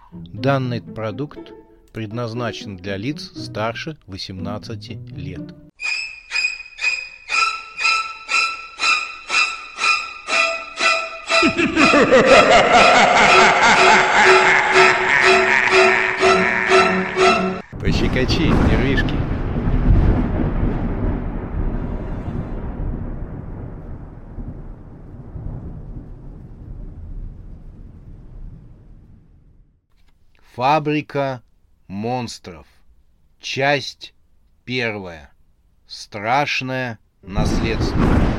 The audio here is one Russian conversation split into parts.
Данный продукт предназначен для лиц старше 18 лет. Пощекочи нервишки. Фабрика монстров. Часть 1. Страшное наследство.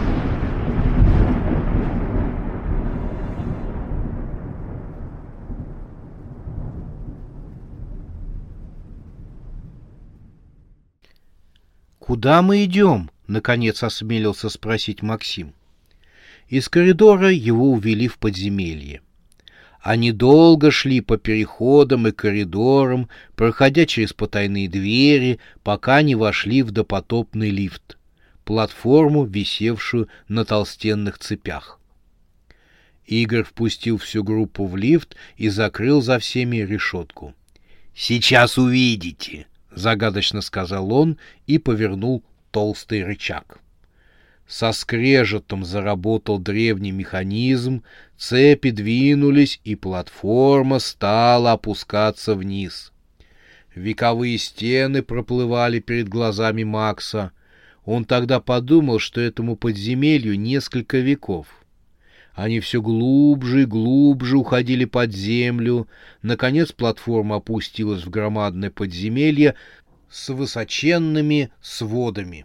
«Куда мы идем?» — наконец осмелился спросить Максим. Из коридора его увели в подземелье. Они долго шли по переходам и коридорам, проходя через потайные двери, пока не вошли в допотопный лифт, платформу, висевшую на толстенных цепях. Игорь впустил всю группу в лифт и закрыл за всеми решетку. «Сейчас увидите», — загадочно сказал он и повернул толстый рычаг. Со скрежетом заработал древний механизм, цепи двинулись, и платформа стала опускаться вниз. Вековые стены проплывали перед глазами Макса. Он тогда подумал, что этому подземелью несколько веков. Они все глубже и глубже уходили под землю. Наконец платформа опустилась в громадное подземелье с высоченными сводами.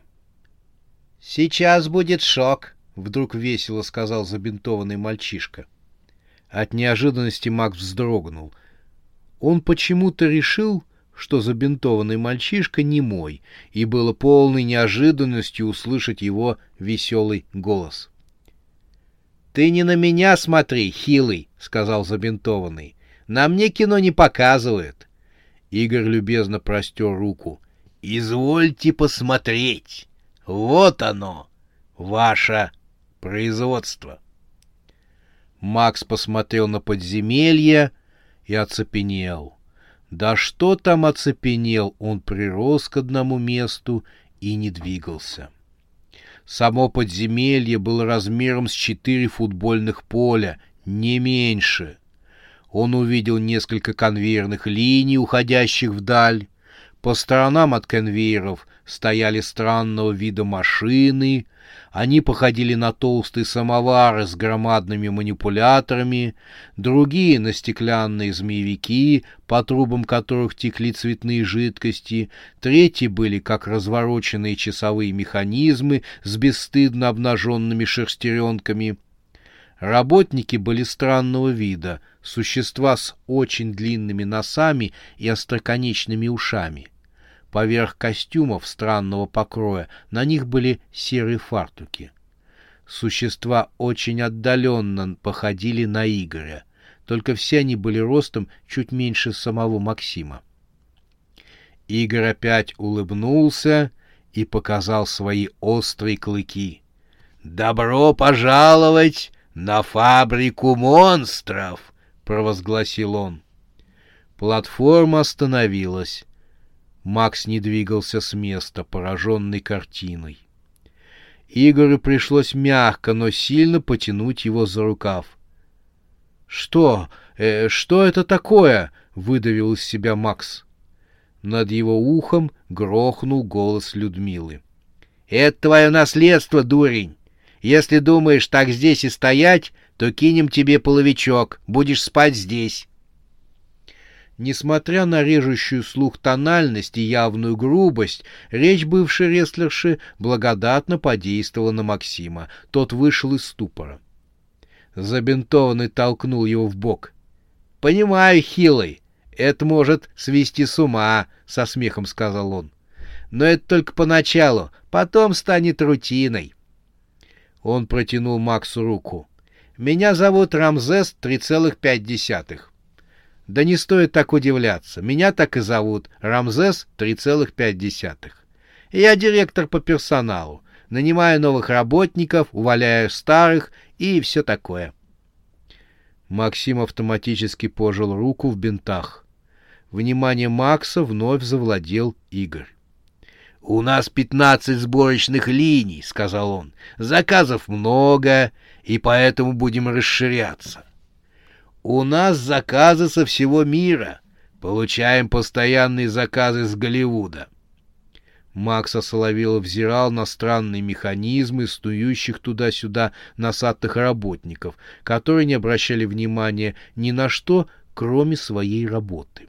«Сейчас будет шок», — вдруг весело сказал забинтованный мальчишка. От неожиданности Макс вздрогнул. Он почему-то решил, что забинтованный мальчишка немой, и было полной неожиданностью услышать его веселый голос. «Ты не на меня смотри, хилый», — сказал забинтованный. «На мне кино не показывают». Игорь любезно простер руку. «Извольте посмотреть. Вот оно, ваше производство». Макс посмотрел на подземелье и оцепенел. Да что там оцепенел, он прирос к одному месту и не двигался. Само подземелье было размером с 4 футбольных поля, не меньше. Он увидел несколько конвейерных линий, уходящих вдаль. По сторонам от конвейеров стояли странного вида машины. Они походили на толстые самовары с громадными манипуляторами, другие — на стеклянные змеевики, по трубам которых текли цветные жидкости, третьи были как развороченные часовые механизмы с бесстыдно обнаженными шестеренками. Работники были странного вида, существа с очень длинными носами и остроконечными ушами. Поверх костюмов странного покроя на них были серые фартуки. Существа очень отдаленно походили на Игоря, только все они были ростом чуть меньше самого Максима. Игорь опять улыбнулся и показал свои острые клыки. «Добро пожаловать на фабрику монстров!» — провозгласил он. Платформа остановилась. Макс не двигался с места, пораженный картиной. Игорю пришлось мягко, но сильно потянуть его за рукав. «Что? Что это такое?» — выдавил из себя Макс. Над его ухом грохнул голос Людмилы. «Это твое наследство, дурень! Если думаешь так здесь и стоять, то кинем тебе половичок, будешь спать здесь». Несмотря на режущую слух тональность и явную грубость, речь бывшей рестлерши благодатно подействовала на Максима. Тот вышел из ступора. Забинтованный толкнул его в бок. «Понимаю, хилый, это может свести с ума», — со смехом сказал он. «Но это только поначалу, потом станет рутиной». Он протянул Максу руку. «Меня зовут Рамзес 3,5. Да не стоит так удивляться. Меня так и зовут. Рамзес 3,5. Я директор по персоналу. Нанимаю новых работников, увольняю старых и все такое». Максим автоматически пожал руку в бинтах. Внимание Макса вновь завладел Игорь. «У нас 15 сборочных линий», — сказал он. «Заказов много, и поэтому будем расширяться. У нас заказы со всего мира. Получаем постоянные заказы с Голливуда». Макс осоловело взирал на странные механизмы, снующих туда-сюда носатых работников, которые не обращали внимания ни на что, кроме своей работы.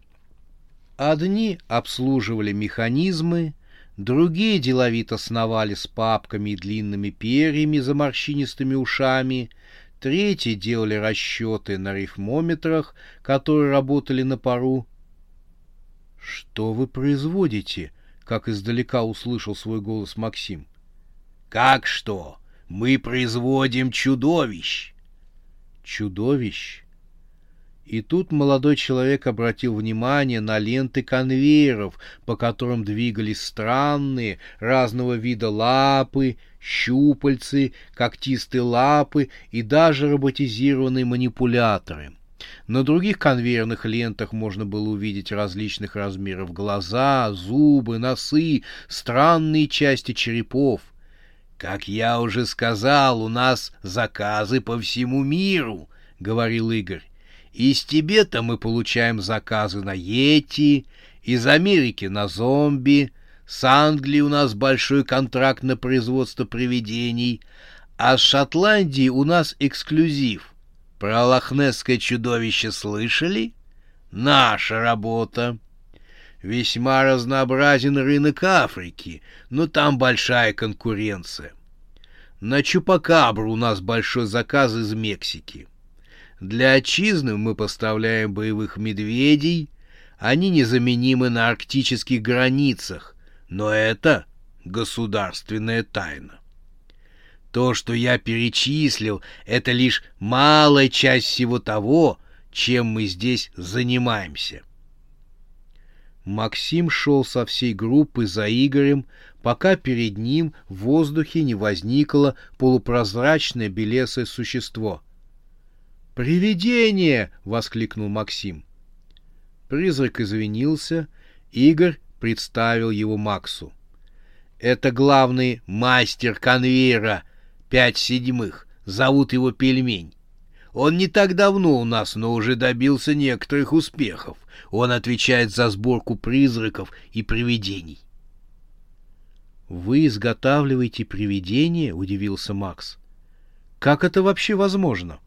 Одни обслуживали механизмы, другие деловито сновали с папками и длинными перьями за морщинистыми ушами, третьи делали расчеты на рифмометрах, которые работали на пару. — Что вы производите? — как издалека услышал свой голос Максим. — Как что? Мы производим чудовищ. — Чудовищ? И тут молодой человек обратил внимание на ленты конвейеров, по которым двигались странные, разного вида лапы, щупальцы, когтистые лапы и даже роботизированные манипуляторы. На других конвейерных лентах можно было увидеть различных размеров глаза, зубы, носы, странные части черепов. «Как я уже сказал, у нас заказы по всему миру», — говорил Игорь. «Из Тибета мы получаем заказы на йети, из Америки на зомби, с Англии у нас большой контракт на производство привидений, а с Шотландии у нас эксклюзив. Про лохнесское чудовище слышали? Наша работа. Весьма разнообразен рынок Африки, но там большая конкуренция. На чупакабру у нас большой заказ из Мексики. Для отчизны мы поставляем боевых медведей, они незаменимы на арктических границах, но это государственная тайна. То, что я перечислил, это лишь малая часть всего того, чем мы здесь занимаемся. Максим шел со всей группой за Игорем, пока перед ним в воздухе не возникло полупрозрачное белесое существо. «Привидение!» — воскликнул Максим. Призрак извинился, Игорь представил его Максу. «Это главный мастер конвейера 5/7, зовут его Пельмень. Он не так давно у нас, но уже добился некоторых успехов. Он отвечает за сборку призраков и привидений». «Вы изготавливаете привидения?» — удивился Макс. «Как это вообще возможно?»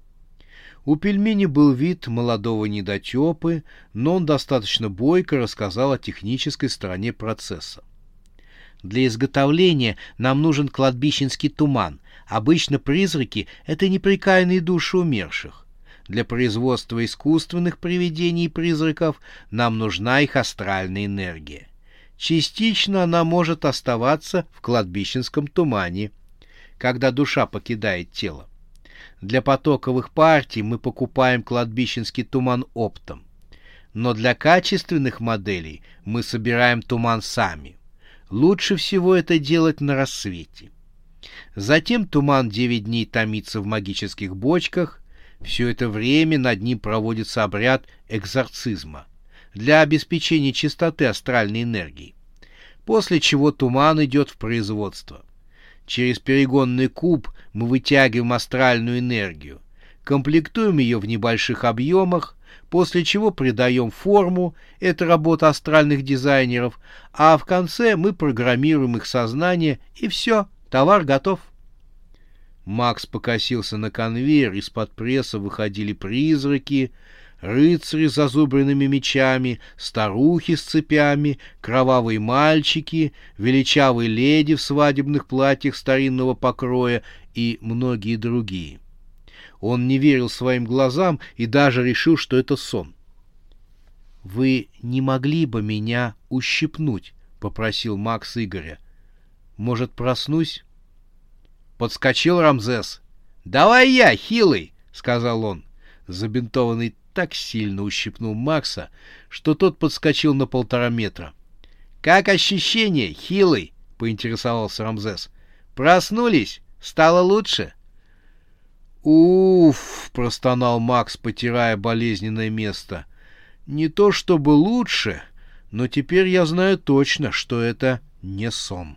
У Пельмени был вид молодого недотепы, но он достаточно бойко рассказал о технической стороне процесса. «Для изготовления нам нужен кладбищенский туман. Обычно призраки — это непрекаянные души умерших. Для производства искусственных привидений и призраков нам нужна их астральная энергия. Частично она может оставаться в кладбищенском тумане, когда душа покидает тело. Для потоковых партий мы покупаем кладбищенский туман оптом. Но для качественных моделей мы собираем туман сами. Лучше всего это делать на рассвете. Затем туман 9 дней томится в магических бочках. Все это время над ним проводится обряд экзорцизма для обеспечения чистоты астральной энергии. После чего туман идет в производство. Через перегонный куб мы вытягиваем астральную энергию, комплектуем ее в небольших объемах, после чего придаем форму, это работа астральных дизайнеров, а в конце мы программируем их сознание, и все, товар готов. Макс покосился на конвейер, из-под пресса выходили призраки, рыцари с зазубренными мечами, старухи с цепями, кровавые мальчики, величавые леди в свадебных платьях старинного покроя и многие другие. Он не верил своим глазам и даже решил, что это сон. — Вы не могли бы меня ущипнуть? — попросил Макс Игоря. — Может, проснусь? Подскочил Рамзес. — Давай я, хилый! — сказал он. Забинтованный так сильно ущипнул Макса, что тот подскочил на 1,5 метра. — Как ощущение, хилый? — поинтересовался Рамзес. — Проснулись? Стало лучше? «Уф!» — простонал Макс, потирая болезненное место. «Не то чтобы лучше, но теперь я знаю точно, что это не сон».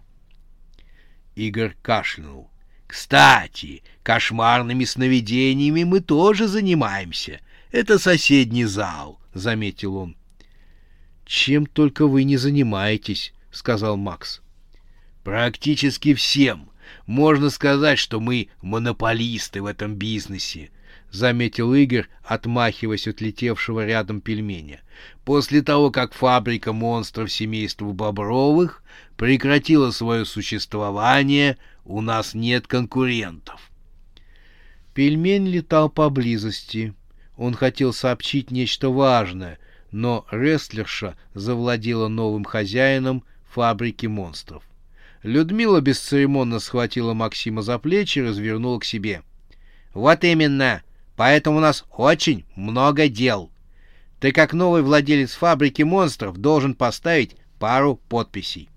Игорь кашлянул. «Кстати, кошмарными сновидениями мы тоже занимаемся. Это соседний зал», — заметил он. «Чем только вы не занимаетесь», — сказал Макс. «Практически всем. Можно сказать, что мы монополисты в этом бизнесе», — заметил Игорь, отмахиваясь от летевшего рядом пельменя. «После того, как фабрика монстров семейства Бобровых прекратила свое существование, у нас нет конкурентов». Пельмень летал поблизости. Он хотел сообщить нечто важное, но рестлерша завладела новым хозяином фабрики монстров. Людмила бесцеремонно схватила Максима за плечи и развернула к себе. «Вот именно! Поэтому у нас очень много дел. Ты, как новый владелец фабрики монстров, должен поставить пару подписей».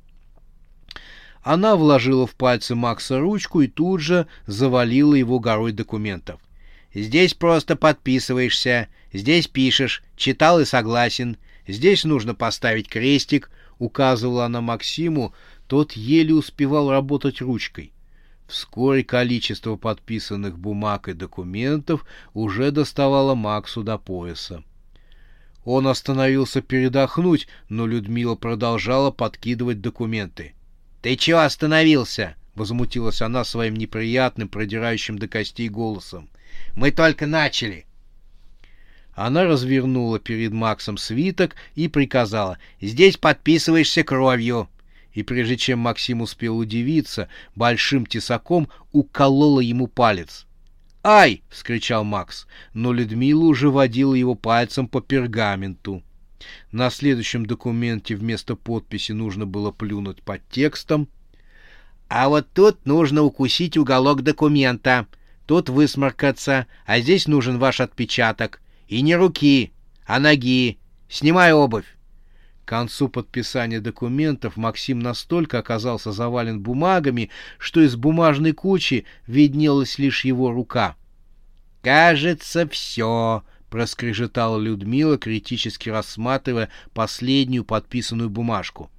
Она вложила в пальцы Макса ручку и тут же завалила его горой документов. «Здесь просто подписываешься, здесь пишешь, читал и согласен, здесь нужно поставить крестик», — указывала она Максиму, тот еле успевал работать ручкой. Вскоре количество подписанных бумаг и документов уже доставало Максу до пояса. Он остановился передохнуть, но Людмила продолжала подкидывать документы. «Ты чего остановился?» — возмутилась она своим неприятным, продирающим до костей голосом. «Мы только начали!» Она развернула перед Максом свиток и приказала: «Здесь подписываешься кровью!» И прежде чем Максим успел удивиться, большим тесаком уколола ему палец. «Ай!» — вскричал Макс, но Людмила уже водила его пальцем по пергаменту. На следующем документе вместо подписи нужно было плюнуть под текстом. «А вот тут нужно укусить уголок документа, тут высморкаться, а здесь нужен ваш отпечаток. И не руки, а ноги. Снимай обувь». К концу подписания документов Максим настолько оказался завален бумагами, что из бумажной кучи виднелась лишь его рука. «Кажется, все», — проскрежетала Людмила, критически рассматривая последнюю подписанную бумажку.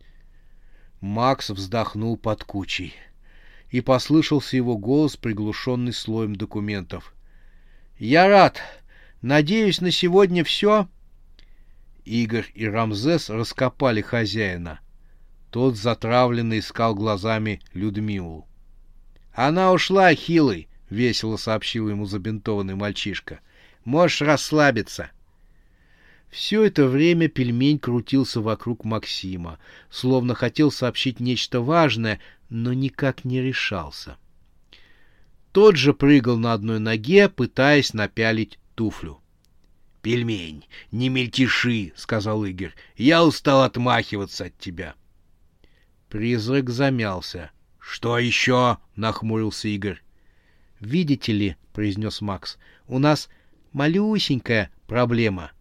Макс вздохнул под кучей, и послышался его голос, приглушенный слоем документов. «Я рад. Надеюсь, на сегодня все». Игорь и Рамзес раскопали хозяина. Тот затравленно искал глазами Людмилу. «Она ушла, хилый», — весело сообщил ему забинтованный мальчишка. «Можешь расслабиться». Все это время пельмень крутился вокруг Максима, словно хотел сообщить нечто важное, но никак не решался. Тот же прыгал на одной ноге, пытаясь напялить туфлю. «Пельмень, не мельтеши», — сказал Игорь. «Я устал отмахиваться от тебя». Призрак замялся. «Что еще?» — нахмурился Игорь. «Видите ли», — произнес Макс, — «у нас малюсенькая проблема».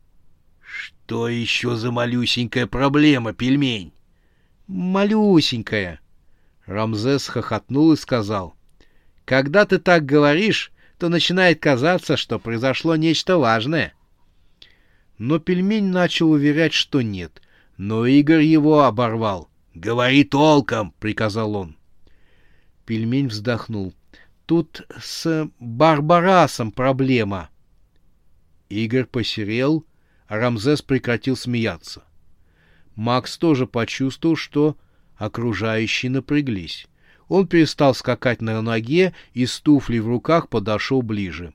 «Что еще за малюсенькая проблема, пельмень?» «Малюсенькая». Рамзес хохотнул и сказал: «Когда ты так говоришь, то начинает казаться, что произошло нечто важное». Но пельмень начал уверять, что нет, но Игорь его оборвал. «Говори толком!» — приказал он. Пельмень вздохнул. «Тут с Барбарасом проблема». Игорь посерел, а Рамзес прекратил смеяться. Макс тоже почувствовал, что окружающие напряглись. Он перестал скакать на ноге и с туфлей в руках подошел ближе.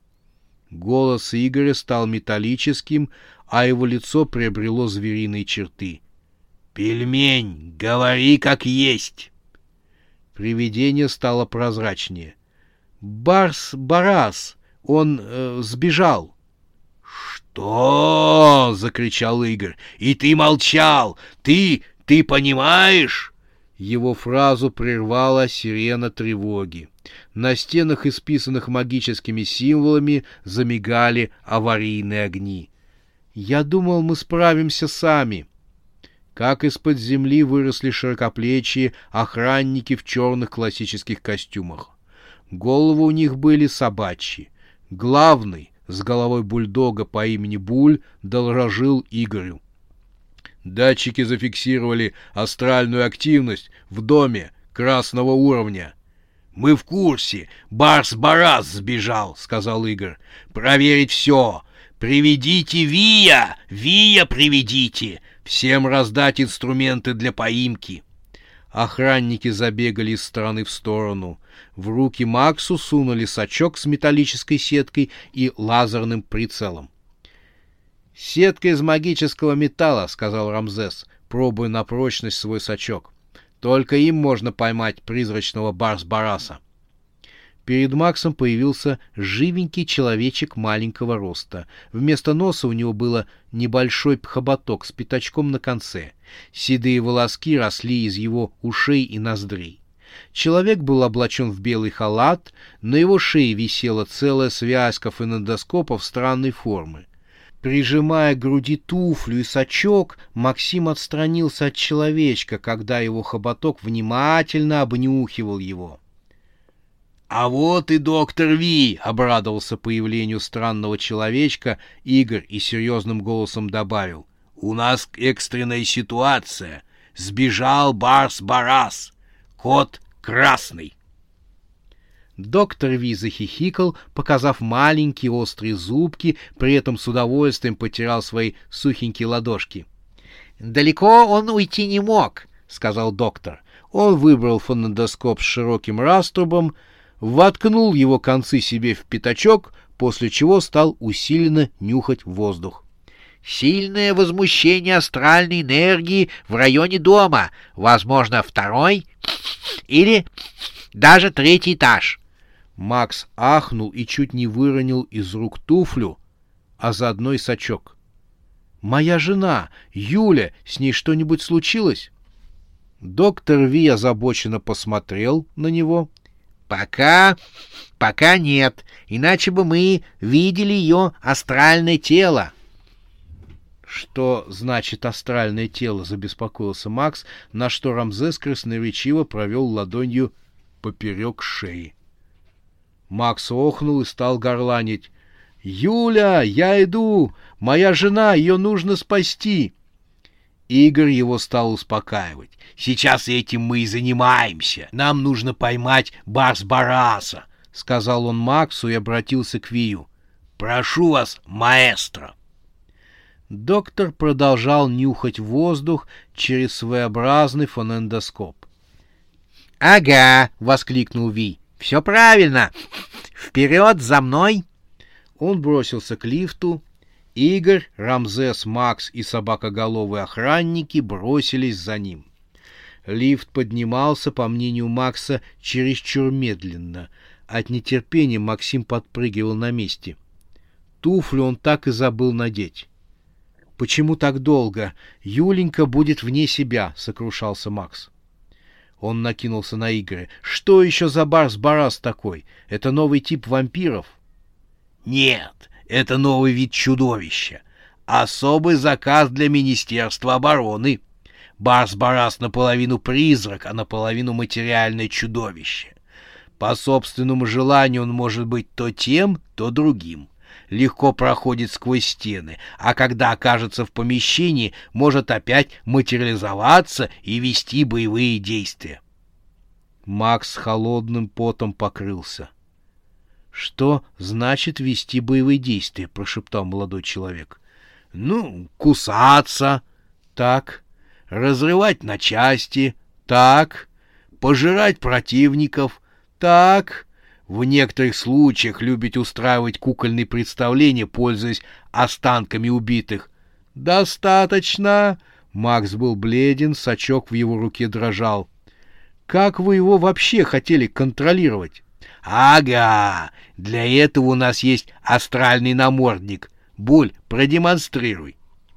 Голос Игоря стал металлическим, а его лицо приобрело звериные черты. «Пельмень, говори как есть!» Привидение стало прозрачнее. «Барас, он сбежал». «Что?» — закричал Игорь. «И ты молчал! Ты понимаешь?» Его фразу прервала сирена тревоги. На стенах, исписанных магическими символами, замигали аварийные огни. «Я думал, мы справимся сами». Как из-под земли выросли широкоплечие охранники в черных классических костюмах. Головы у них были собачьи. Главный, с головой бульдога по имени Буль, доложил Игорю. Датчики зафиксировали астральную активность в доме красного уровня. — Мы в курсе. Барс-Барас сбежал, — сказал Игорь. — Проверить все. Приведите Вия! Вия приведите! Всем раздать инструменты для поимки. Охранники забегали из стороны в сторону. В руки Максу сунули сачок с металлической сеткой и лазерным прицелом. — Сетка из магического металла, — сказал Рамзес, пробуя на прочность свой сачок. — Только им можно поймать призрачного Барс-Бараса. Перед Максом появился живенький человечек маленького роста. Вместо носа у него был небольшой хоботок с пятачком на конце. Седые волоски росли из его ушей и ноздрей. Человек был облачен в белый халат, на его шее висела целая связка фонендоскопов странной формы. Прижимая к груди туфлю и сачок, Максим отстранился от человечка, когда его хоботок внимательно обнюхивал его. — А вот и доктор Ви! — обрадовался появлению странного человечка Игорь и серьезным голосом добавил. — У нас экстренная ситуация. Сбежал Барс-Барас. Кот красный. Доктор Ви захихикал, показав маленькие острые зубки, при этом с удовольствием потирал свои сухенькие ладошки. — Далеко он уйти не мог, — сказал доктор. Он выбрал фонендоскоп с широким раструбом, воткнул его концы себе в пятачок, после чего стал усиленно нюхать воздух. «Сильное возмущение астральной энергии в районе дома, возможно, 2-й или даже 3-й этаж». Макс ахнул и чуть не выронил из рук туфлю, а заодно и сачок. «Моя жена, Юля, с ней что-нибудь случилось?» Доктор Ви озабоченно посмотрел на него. Пока нет, иначе бы мы видели ее астральное тело. — Что значит астральное тело? — забеспокоился Макс, на что Рамзес красноречиво провел ладонью поперек шеи. Макс охнул и стал горланить. — Юля, я иду! Моя жена, ее нужно спасти! Игорь его стал успокаивать. «Сейчас этим мы и занимаемся. Нам нужно поймать Барс-Бараса», — сказал он Максу и обратился к Вию. «Прошу вас, маэстро». Доктор продолжал нюхать воздух через своеобразный фонендоскоп. «Ага», — воскликнул Ви, — «все правильно. Вперед, за мной!» Он бросился к лифту. Игорь, Рамзес, Макс и собакоголовые охранники бросились за ним. Лифт поднимался, по мнению Макса, чересчур медленно. От нетерпения Максим подпрыгивал на месте. Туфлю он так и забыл надеть. «Почему так долго? Юленька будет вне себя», — сокрушался Макс. Он накинулся на Игоря. «Что еще за Барс-Барас такой? Это новый тип вампиров?» «Нет, это новый вид чудовища. Особый заказ для Министерства обороны. Барс-Барас наполовину призрак, а наполовину материальное чудовище. По собственному желанию он может быть то тем, то другим. Легко проходит сквозь стены, а когда окажется в помещении, может опять материализоваться и вести боевые действия». Макс холодным потом покрылся. «Что значит вести боевые действия?» — прошептал молодой человек. «Ну, кусаться. Так. Разрывать на части. Так. Пожирать противников. Так. В некоторых случаях любить устраивать кукольные представления, пользуясь останками убитых. Достаточно». Макс был бледен, сачок в его руке дрожал. «Как вы его вообще хотели контролировать?» «Ага, для этого у нас есть астральный намордник. Буль, продемонстрируй».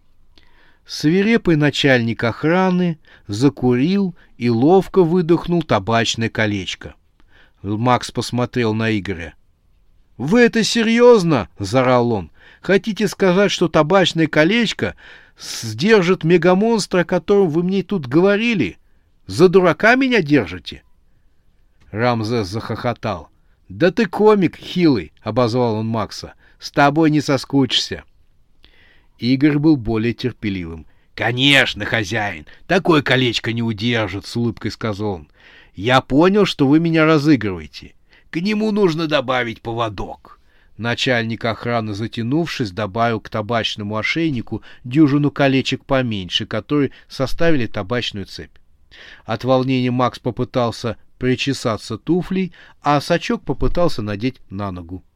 Свирепый начальник охраны закурил и ловко выдохнул табачное колечко. Макс посмотрел на Игоря. «Вы это серьезно?» — заорал он. «Хотите сказать, что табачное колечко сдержит мегамонстра, о котором вы мне тут говорили? За дурака меня держите?» Рамзес захохотал. «Да ты комик, хилый!» — обозвал он Макса. «С тобой не соскучишься!» Игорь был более терпеливым. «Конечно, хозяин, такое колечко не удержит», — с улыбкой сказал он. «Я понял, что вы меня разыгрываете. К нему нужно добавить поводок». Начальник охраны, затянувшись, добавил к табачному ошейнику дюжину колечек поменьше, которые составили табачную цепь. От волнения Макс попытался причесаться туфлей, а Сачок попытался надеть на ногу.